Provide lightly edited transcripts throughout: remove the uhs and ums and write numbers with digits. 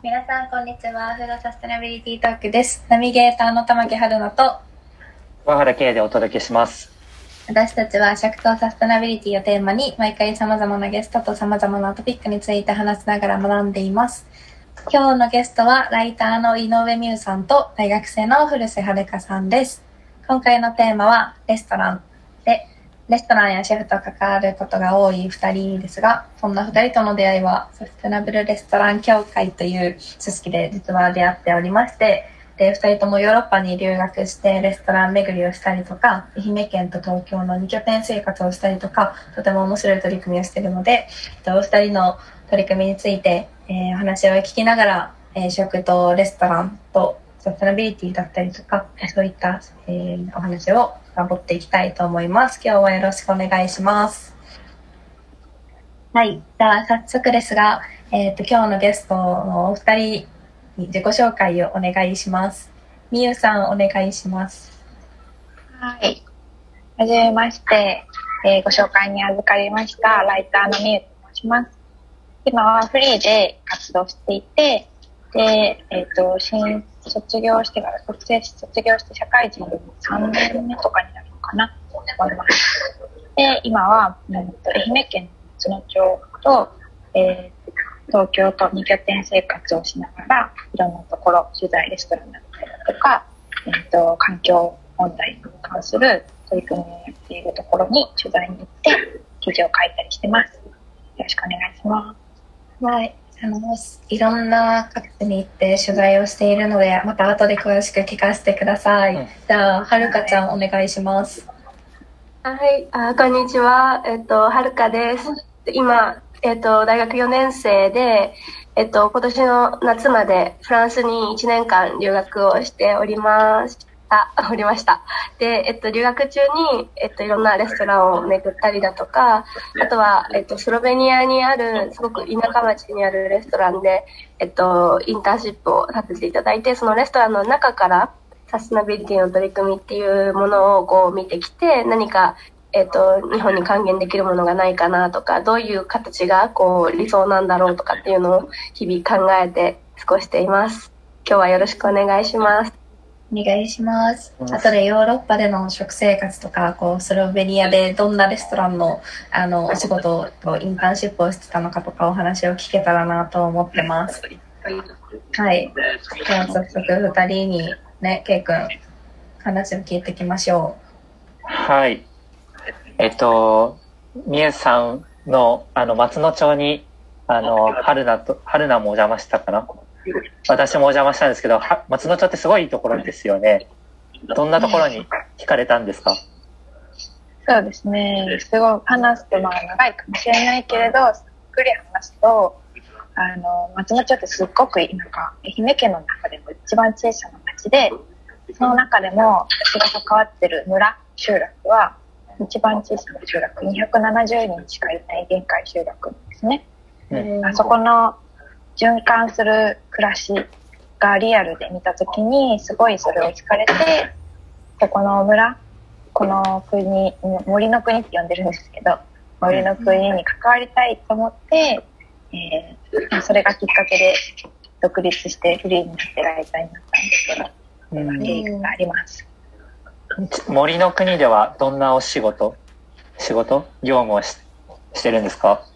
皆さんこんにちは。フードサステナビリティトークです。ナビゲーターの玉木春乃と桑原圭でお届けします。 私たちは食とサステナビリティをテーマに毎回様々なゲストと様々なトピックについて話しながら学んでいます。今日のゲストはライターの井上美優さんと大学生の古瀬遥さんです。今回のテーマはレストランで、レストランやシェフと関わることが多い2人ですが、そんな2人との出会いはサステナブルレストラン協会という組織で実は出会っておりまして、で2人ともヨーロッパに留学してレストラン巡りをしたりとか、愛媛県と東京の2拠点生活をしたりとか、とても面白い取り組みをしているので、2人の取り組みについて、お話を聞きながら、食とレストランとサステナビリティだったりとか、そういった、お話を深掘っていきたいと思います。今日はよろしくお願いします。はい、では早速ですが、今日のゲストのお二人に自己紹介をお願いします。みゆさんお願いします。 はい、はじめまして、ご紹介に預かりましたライターのみゆと申します。今はフリーで活動していて、で、卒業してから卒業して社会人3年目とかになるのかなと思います。で、今は、愛媛県津野町と、東京と2拠点生活をしながら、いろんなところ、取材レストランだったりとか、環境問題に関する取り組みをやっているところに取材に行って記事を書いたりしてます。よろしくお願いします。 はい。いろんな各地に行って取材をしているので、また後で詳しく聞かせてください。じゃあ、はるかちゃんお願いします。 はい、こんにちは。はるかです。今、大学4年生で、今年の夏までフランスに1年間留学をしておりました。で、留学中に、いろんなレストランを巡ったりだとか、あとは、スロベニアにある、すごく田舎町にあるレストランで、インターンシップをさせていただいて、そのレストランの中からサステナビリティの取り組みっていうものをこう見てきて、何か、日本に還元できるものがないかなとか、どういう形がこう理想なんだろうとかっていうのを日々考えて過ごしています。今日はよろしくお願いします。 お願いします。あとでヨーロッパでの食生活とか、スロベニアでどんなレストランの、お仕事とインターンシップをしてたのかとかお話を聞けたらなと思ってます。はい。では早速2人にね、ケイ君話を聞いていきましょう。はい。みゆさんの松野町に春菜もお邪魔したかな。私もお邪魔したんですけど、松野町ってすごいいいところですよね。どんなところに惹かれたんですか？ そうですね。すごい話すと長いかもしれないけれど、ざっくり話すと、松野町ってすっごく愛媛県の中でも一番小さな町で、その中でも私が関わってる集落は一番小さな集落、270人しかいない限界集落なんですね。あそこの循環する暮らしがリアルで見たときにすごいそれを惹かれて、この村、この国、森の国って呼んでるんですけど、森の国に関わりたいと思って、それがきっかけで独立してフリーになってライターになったんですけど、経緯があります。 森の国ではどんな業務をしてるんですか？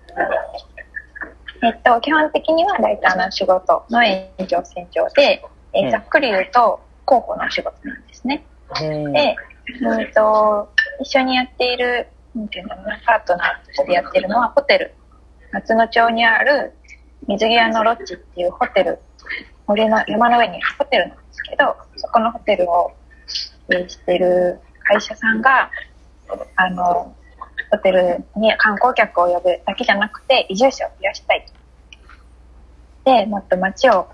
基本的にはライターの仕事の延長線上で、ざっくり言うと広報の仕事なんですね。で、一緒にやっているパートナーとしてやっているのはホテル、松野町にある水際のロッジっていうホテル、森の山の上にあるホテルなんですけど、そこのホテルをしている会社さんがホテルに観光客を呼ぶだけじゃなくて移住者を増やしたいで、もっと街を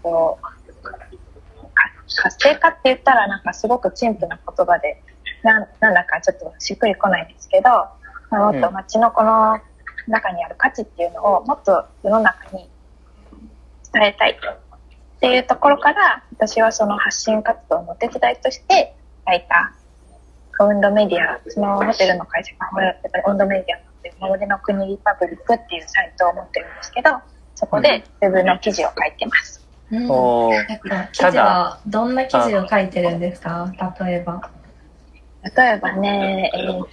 活性化って言ったらなんかすごく陳腐な言葉でなんだかちょっとしっくりこないんですけど、もっと街のこの中にある価値っていうのをもっと世の中に伝えたいっていうところから、私はその発信活動のお手伝いとしてライター、オウンドメディア、そのホテルの会社がオウンドメディアっていう森の国リパブリックっていうサイトを持ってるんですけど、そこでウェブの記事を書いてます。 おーなんか記事はどんな記事を書いてるんですか？例えば。 例えばね、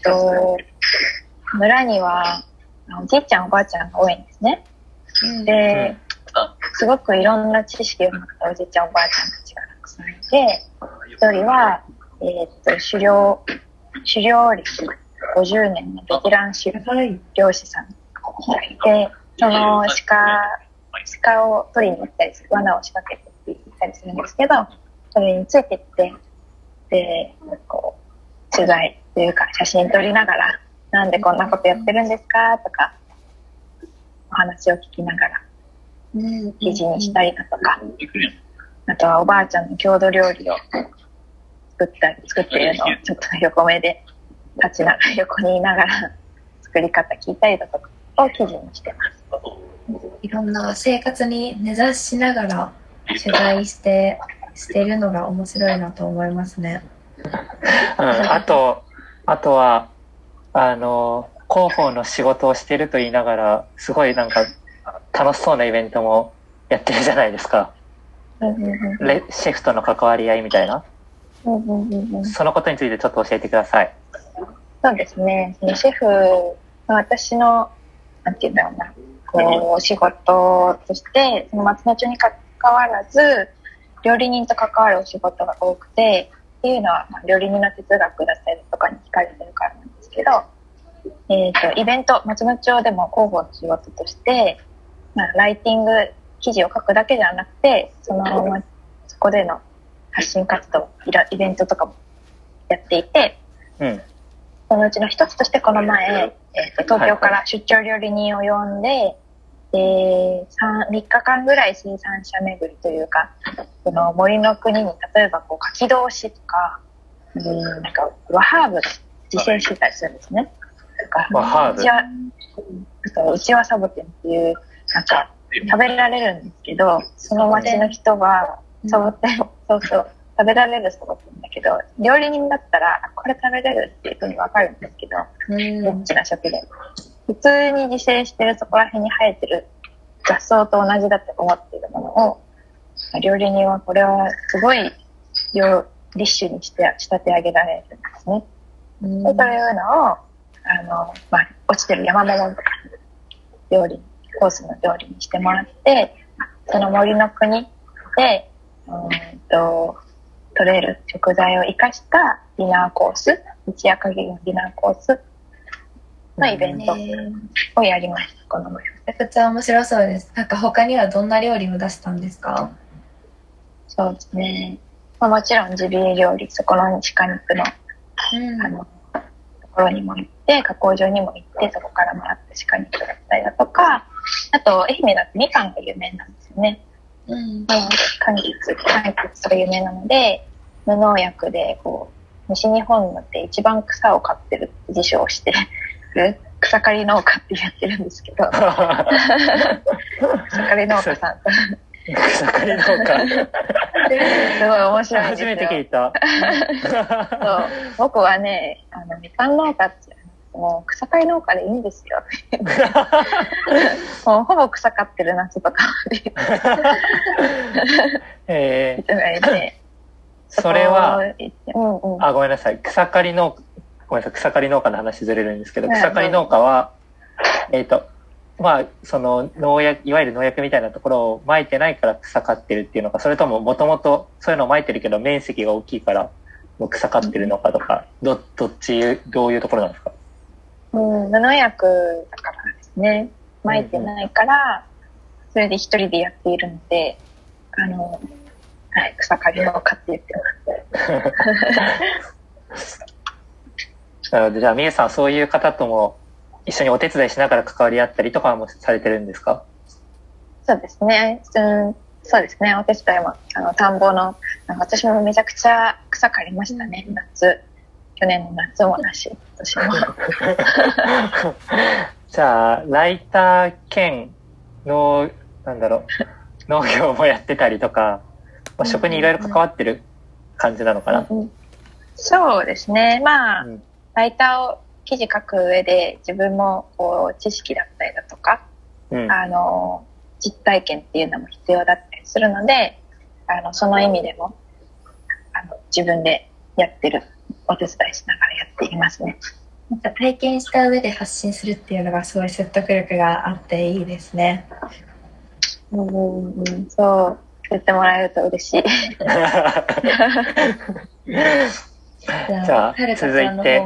村にはおじいちゃんおばあちゃんが多いんですね。で、すごくいろんな知識を持ったおじいちゃんおばあちゃんたちがたくさんいて、一人は、狩猟歴50年のベテラン猟師さんがいて、その鹿を取りに行ったりする、罠を仕掛けていったりするんですけど、それについていって、で、こう、取材というか写真撮りながら、なんでこんなことやってるんですかとか、お話を聞きながら、記事にしたりだとか、あとはおばあちゃんの郷土料理を作っているのをちょっと横目で横にいながら作り方聞いたりだとかを記事にしてます。 いろんな生活に根ざしながら取材してるのが面白いなと思いますね。 あとは広報の仕事をしてると言いながら、すごいなんか楽しそうなイベントもやってるじゃないですか。シェフとの関わり合いみたいな。そのことについてちょっと教えてください。 そうですね。そのシェフ、私の、なんていうんだろうな、こう、お仕事として、その松野町に関わらず、料理人と関わるお仕事が多くて、っていうのは、料理人の哲学だったりとかに惹かれてるからなんですけど、イベント、松野町でも広報の仕事として、ライティング、記事を書くだけではなくて、そこでの発信活動、イベントとかもやっていて、そのうちの一つとしてこの前、東京から出張料理人を呼んで、3日間ぐらい生産者巡りというか、その森の国に例えばこう柿同士とか、なんか和ハーブが自生してたりするんですね。 和ハーブ。 うちわサボテンっていう、なんか食べられるんですけど、その町の人はサボテン、食べられるサボテンだけど、料理人だったらこれ食べれるっていうふうにわかるんですけど、リッチな食で。普通に自生してるそこら辺に生えてる雑草と同じだって思っているものを、料理人はこれはすごいリッシュに仕立て上げられるんですね。そういうのを、落ちてる山桃とかコースの料理にしてもらって、その森の国で、取れる食材を生かしたディナーコース、一夜限りのディナーコースのイベントをやりました。この前。 めちゃくちゃ面白そうです。なんか他にはどんな料理を出したんですか？ そうですね。もちろんジビエ料理、そこの鹿肉の、ところにも行って、加工場にも行って、そこからもらった鹿肉だったりだとか、あと愛媛だとみかんが有名なんですよね。柑橘が有名なので、無農薬でこう西日本のって一番草を刈ってるって自称してる草刈り農家ってやってるんですけど草刈り農家さん草刈り農家すごい面白いんですよ。 初めて聞いた。 そう僕はね、みかん農家ってもう草刈り農家でいいんですよもうほぼ草刈ってる夏とか人がいて、 それは、ごめんなさい、草刈り農家の話ずれるんですけど、草刈り農家はそのいわゆる農薬みたいなところを撒いてないから草刈ってるっていうのか、それとももともとそういうのを撒いてるけど面積が大きいから草刈ってるのかとか、どういうところなんですか？ 無農薬だからですね。撒いてないから、それで一人でやっているので、草刈り農家って言ってます。 なので、じゃあ、みゆさん、そういう方とも一緒にお手伝いしながら関わり合ったりとかもされてるんですか？ そうですね。そうですね。お手伝いも、田んぼの、私もめちゃくちゃ草刈りましたね、去年の夏もだし、今年も。 じゃあ、ライター兼農業もやってたりとか、食にいろいろ関わってる感じなのかな？ そうですね。ライターを記事書く上で自分もこう知識だったりだとか、実体験っていうのも必要だったりするので、その意味でも自分でやってる、お手伝いしながらやっていますね。 なんか体験した上で発信するっていうのがすごい説得力があっていいですね。 そう言ってもらえると嬉しい。 じゃあ続いて、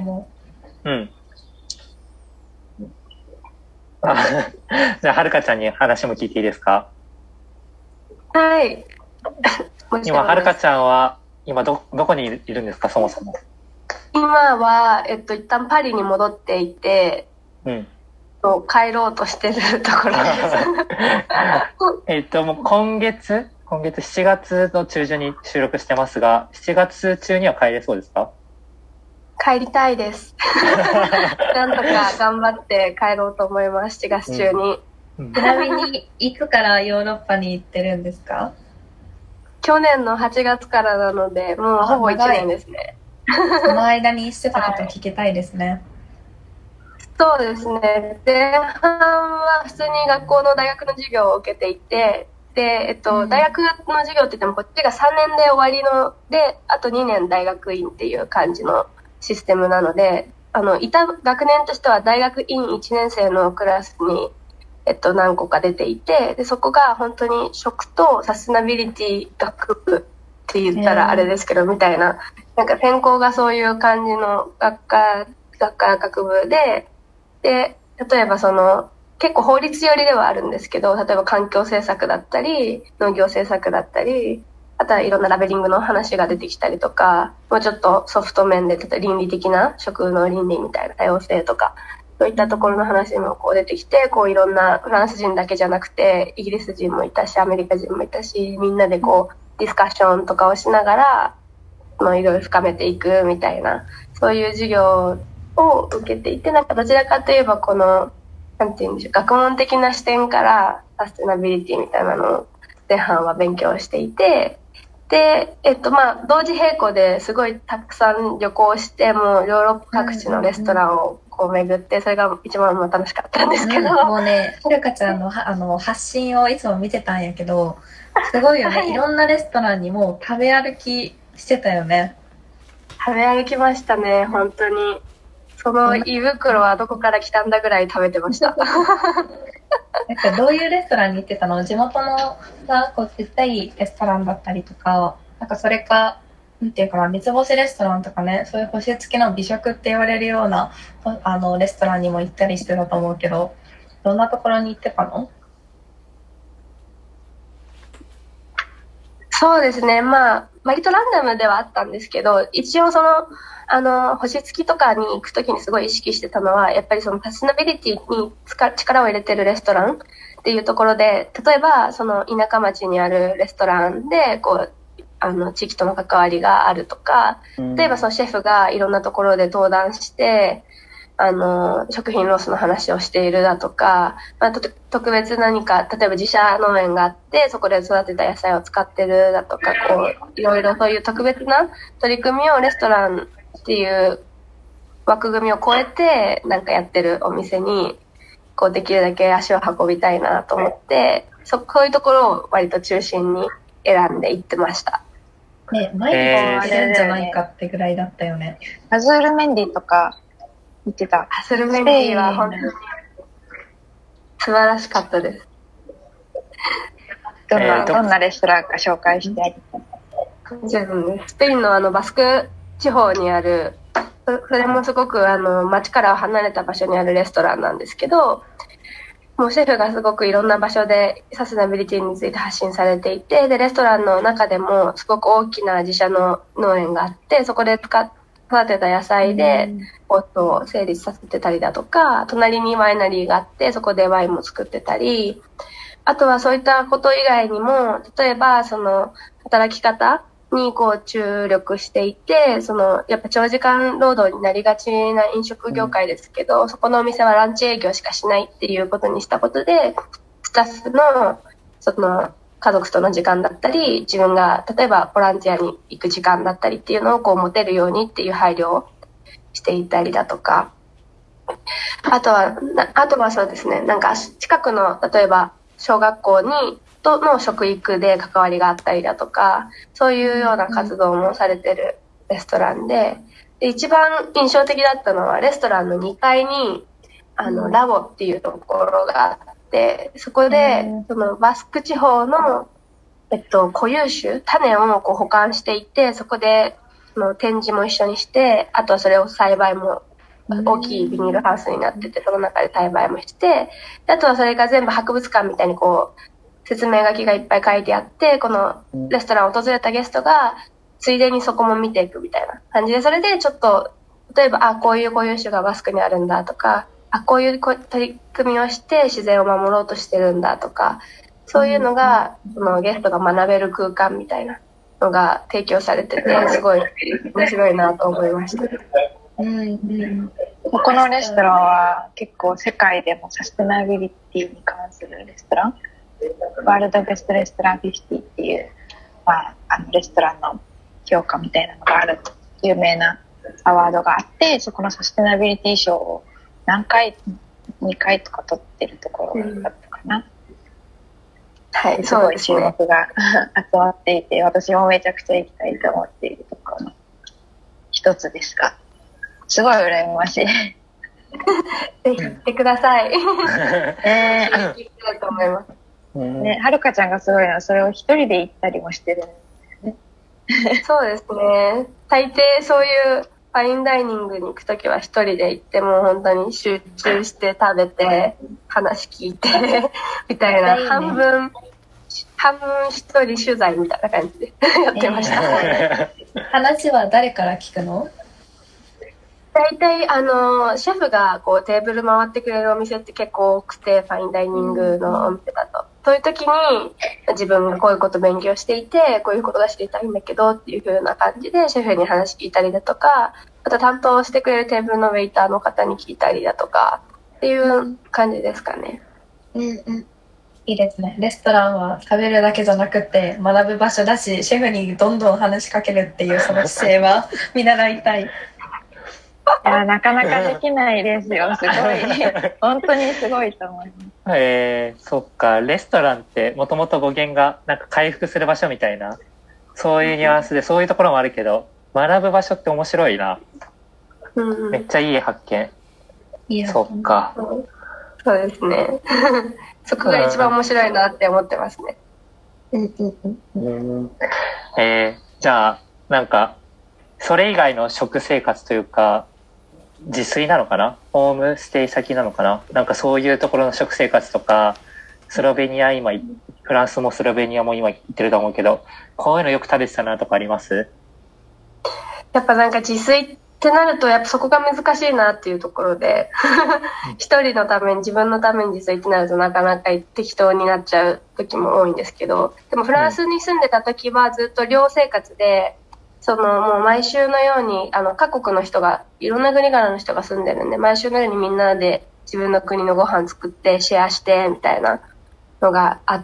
じゃあはるかちゃんに話も聞いていいですか？ はい。 今はるかちゃんは今どこにいるんですか、そもそも？ 今は一旦パリに戻っていて、帰ろうとしてるところです。もう今月7月の中旬に収録してますが、7月中には帰れそうですか？ 帰りたいです。なんとか頑張って帰ろうと思います、7月中に。 ちなみにいつからヨーロッパに行ってるんですか？ 去年の8月からなので、もうほぼ1年ですね。 その間にしてたこと聞きたいですね。 そうですね。前半は普通に学校の大学の授業を受けていて、で、大学の授業って言ってもこっちが3年で終わりので、あと2年大学院っていう感じのシステムなので、いた学年としては大学院1年生のクラスに、何個か出ていて、で、そこが本当に食とサステナビリティ学部って言ったらあれですけど、みたいな、なんか専攻がそういう感じの学部で、で、例えば結構法律寄りではあるんですけど、例えば環境政策だったり、農業政策だったり、あとはいろんなラベリングの話が出てきたりとか、もうちょっとソフト面で、例えば倫理的な食の倫理みたいな多様性とか、そういったところの話もこう出てきて、こういろんなフランス人だけじゃなくて、イギリス人もいたし、アメリカ人もいたし、みんなでこうディスカッションとかをしながら、いろいろ深めていくみたいな、そういう授業を受けていて、なんかどちらかといえばなんて言うんでしょう、学問的な視点からサステナビリティみたいなのを前半は勉強していて、で、同時並行ですごいたくさん旅行して、もうヨーロッパ各地のレストランをこう巡って、それが一番楽しかったんですけど。 もうね、はるかちゃんの発信をいつも見てたんやけど、すごいよね。いろんなレストランにも食べ歩きしてたよね。 食べ歩きましたね、本当に。その胃袋はどこから来たんだぐらい食べてました。 なんかどういうレストランに行ってたの？地元のさ、こうちっちゃいレストランだったりとか、なんかそれか、なんていうかな、三つ星レストランとかね、そういう星付きの美食って言われるようなレストランにも行ったりしてたと思うけど、どんなところに行ってたの？ そうですね、割とランダムではあったんですけど、一応星付きとかに行くときにすごい意識してたのは、やっぱりサステナビリティに力を入れてるレストランっていうところで、例えば田舎町にあるレストランで地域との関わりがあるとか、例えばシェフがいろんなところで登壇して食品ロスの話をしているだとか、特別何か、例えば自社農園があってそこで育てた野菜を使ってるだとか、いろいろそういう特別な取り組みをレストランっていう枠組みを超えてなんかやってるお店にできるだけ足を運びたいなと思って、そういうところを割と中心に選んで行ってました。 ね、毎日行ってるんじゃないかってぐらいだったよね。 アズールメンディとか言ってた。 アズールメンディは本当に素晴らしかったです。 どんなレストランか紹介して。 スペインのバスク地方にある、それもすごく街から離れた場所にあるレストランなんですけど、もうシェフがすごくいろんな場所でサステナビリティについて発信されていて、でレストランの中でもすごく大きな自社の農園があって、そこで育てた野菜でポットを成立させてたりだとか、隣にワイナリーがあってそこでワインも作ってたり、あとはそういったこと以外にも、例えば働き方に注力していて、やっぱ長時間労働になりがちな飲食業界ですけど、そこのお店はランチ営業しかしないっていうことにしたことで、スタッフの家族との時間だったり、自分が例えばボランティアに行く時間だったりっていうのを持てるようにっていう配慮をしていたりだとか、あとはそうですね、なんか近くの例えば小学校にとの食育で関わりがあったりだとか、そういうような活動もされてるレストランで、一番印象的だったのはレストランの2階にラボっていうところがあって、そこでそのバスク地方の固有種、種をこう保管していて、そこでその展示も一緒にして、あとはそれを栽培も大きいビニールハウスになってて、その中で栽培もして、あとはそれが全部博物館みたいにこう説明書きがいっぱい書いてあって、このレストランを訪れたゲストがついでにそこも見ていくみたいな感じで、それでちょっと例えばこういう固有種がバスクにあるんだとか、こういう取り組みをして自然を守ろうとしてるんだとか、そういうのがそのゲストが学べる空間みたいなのが提供されてて、すごい面白いなと思いました。 ここのレストランは結構世界でもサステナビリティに関するレストラン、ワールドベストレストラン50っていう、レストランの評価みたいなのがある有名なアワードがあって、そこのサステナビリティ賞を何回2回とか取ってるところだったかな。はい、すごい注目が集まっていて、私もめちゃくちゃ行きたいと思っているところの一つですが、すごい羨ましい。ぜひ行ってください。行きたいと思います。ね、はるかちゃんがすごいのは、それを一人で行ったりもしてるんですよね。 そうですね。大抵そういうファインダイニングに行くときは一人で行って、もう本当に集中して食べて、話聞いて、みたいな、半分一人取材みたいな感じでやってました。 話は誰から聞くの？ 大体シェフがこうテーブル回ってくれるお店って結構多くて、ファインダイニングのお店だと。そういう時に自分がこういうこと勉強していて、こういうことが知りたいんだけどっていう風な感じでシェフに話聞いたりだとか、あと担当してくれるテーブルのウェイターの方に聞いたりだとかっていう感じですかね。 いいですね。レストランは食べるだけじゃなくて学ぶ場所だし、シェフにどんどん話しかけるっていうその姿勢は見習いたい。 いや、なかなかできないですよ。すごい。本当にすごいと思います。 そっか。レストランってもともと語源がなんか回復する場所みたいな、そういうニュアンスでそういうところもあるけど、学ぶ場所って面白いな。めっちゃいい発見。そっか。 そうですね。そこが一番面白いなって思ってますね。 じゃあ、なんか、それ以外の食生活というか、自炊なのかな？ホームステイ先なのかな？なんかそういうところの食生活とか、スロベニア今、フランスもスロベニアも今行ってると思うけど、こういうのよく食べてたなとかあります？ やっぱなんか自炊ってなると、やっぱそこが難しいなっていうところで、一人のために、自分のために自炊ってなるとなかなか適当になっちゃう時も多いんですけど、でもフランスに住んでた時はずっと寮生活で、もう毎週のように各国の人が、いろんな国からの人が住んでるんで、毎週のようにみんなで自分の国のご飯作ってシェアしてみたいなのがあって、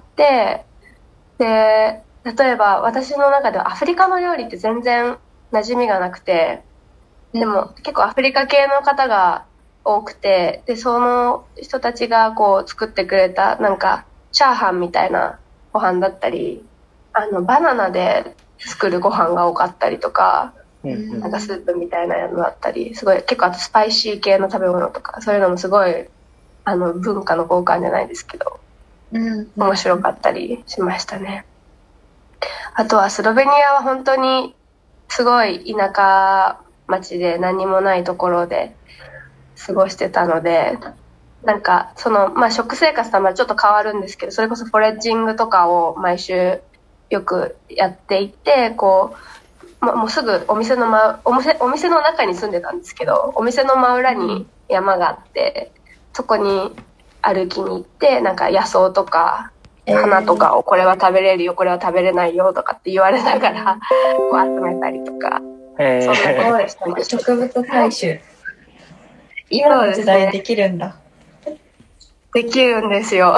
で例えば私の中ではアフリカの料理って全然馴染みがなくて、でも結構アフリカ系の方が多くて、でその人たちがこう作ってくれたなんかチャーハンみたいなご飯だったり、バナナで作るご飯が多かったりとか、なんかスープみたいなのだったり、すごい結構あとスパイシー系の食べ物とか、そういうのもすごい文化の交換じゃないですけど、面白かったりしましたね。あとはスロベニアは本当にすごい田舎町で何もないところで過ごしてたので、なんか食生活とはちょっと変わるんですけど、それこそフォレッジングとかを毎週よくやっていて、こうもうすぐお店の中に住んでたんですけど、お店の真裏に山があって、そこに歩きに行って、なんか野草とか花とかをこれは食べれるよ、これは食べれないよとかって言われながらこう集めたりとか、そんなことでしてました。 植物採集、今の時代にできるんだ。 できるんですよ。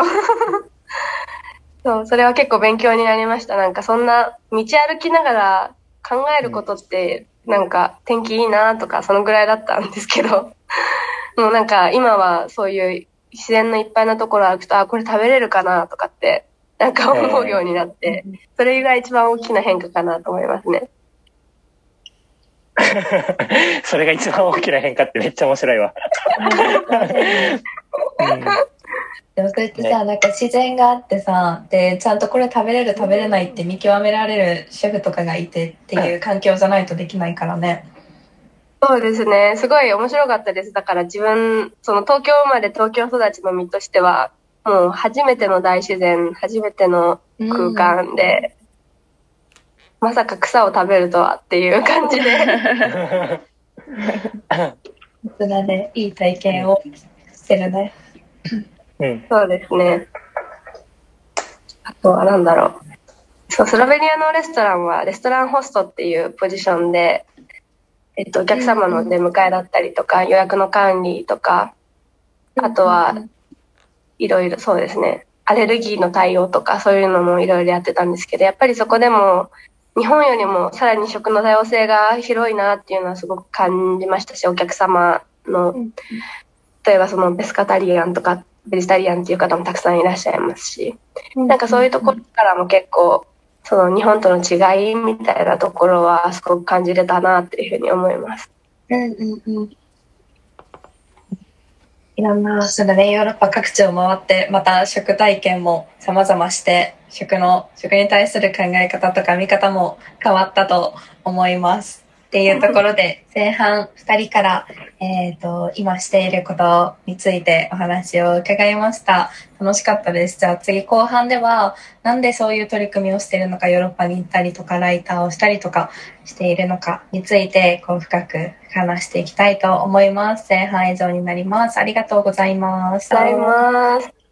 それは結構勉強になりました。なんかそんな道歩きながら考えることってなんか天気いいなとかそのぐらいだったんですけど、もうなんか今はそういう自然のいっぱいなところ歩くと、これ食べれるかなとかってなんか思うようになって、それが一番大きな変化かなと思いますね。 それが一番大きな変化ってめっちゃ面白いわ。 でもそれってさ、なんか自然があってさ、でちゃんとこれ食べれる食べれないって見極められるシェフとかがいてっていう環境じゃないとできないからね。 そうですね。すごい面白かったです。だから自分、その東京生まれ東京育ちの身としては、もう初めての大自然、初めての空間で、まさか草を食べるとはっていう感じで。 それでいい体験をしてるね。 そうですね。あとは何だろう。そう、スロベニアのレストランはレストランホストっていうポジションで、お客様の出迎えだったりとか、予約の管理とか、あとはいろいろそうですね、アレルギーの対応とかそういうのもいろいろやってたんですけど、やっぱりそこでも日本よりもさらに食の多様性が広いなっていうのはすごく感じましたし、お客様の、例えばそのペスカタリアンとかベジタリアンっていう方もたくさんいらっしゃいますし、なんかそういうところからも結構その日本との違いみたいなところはすごく感じれたなっていうふうに思います。 いろんな、それね、ヨーロッパ各地を回って、また食体験も様々して、食に対する考え方とか見方も変わったと思います。っていうところで、前半2人から、今していることについてお話を伺いました。楽しかったです。じゃあ次後半では、なんでそういう取り組みをしているのか、ヨーロッパに行ったりとか、ライターをしたりとかしているのかについて、こう深く話していきたいと思います。前半以上になります。ありがとうございます。 ありがとうございます。